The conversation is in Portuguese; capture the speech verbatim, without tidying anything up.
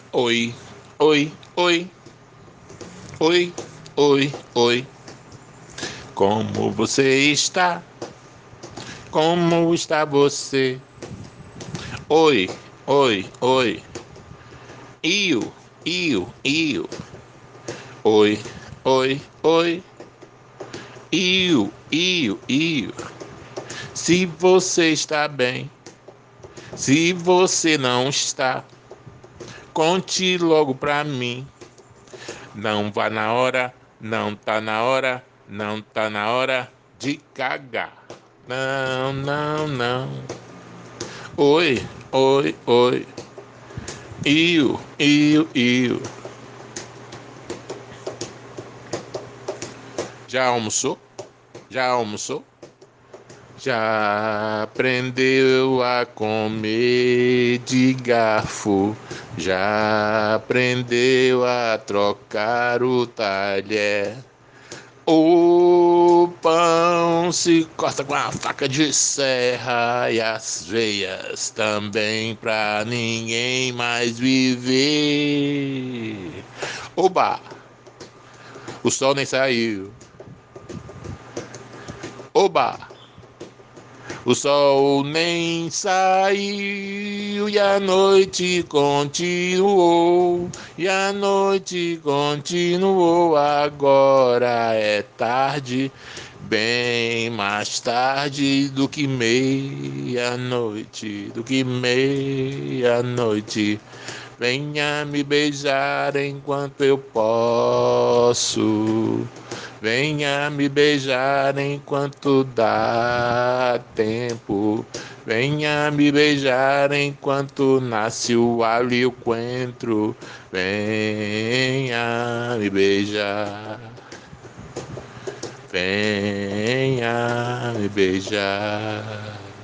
Oi, oi, oi, oi, oi, oi. Como você está? Como está você? Oi, oi, oi. Iu, iu, iu. Oi, oi, oi. Iu, iu, iu. Se você está bem, se você não está, conte logo pra mim. Não vá na hora, não tá na hora, não tá na hora de cagar. Não, não, não. Oi, oi, oi. Iu, iu, iu. Já almoçou? Já almoçou? Já aprendeu a comer de garfo? Já aprendeu a trocar o talher? O pão se corta com a faca de serra e as veias também pra ninguém mais viver. Oba, o sol nem saiu. Oba, o sol nem saiu e a noite continuou. E a noite continuou. Agora é tarde, bem mais tarde do que meia-noite, do que meia-noite. Venha me beijar enquanto eu posso. Venha me beijar enquanto dá tempo. Venha me beijar enquanto nasce o alho e o coentro. Venha me beijar. Venha me beijar.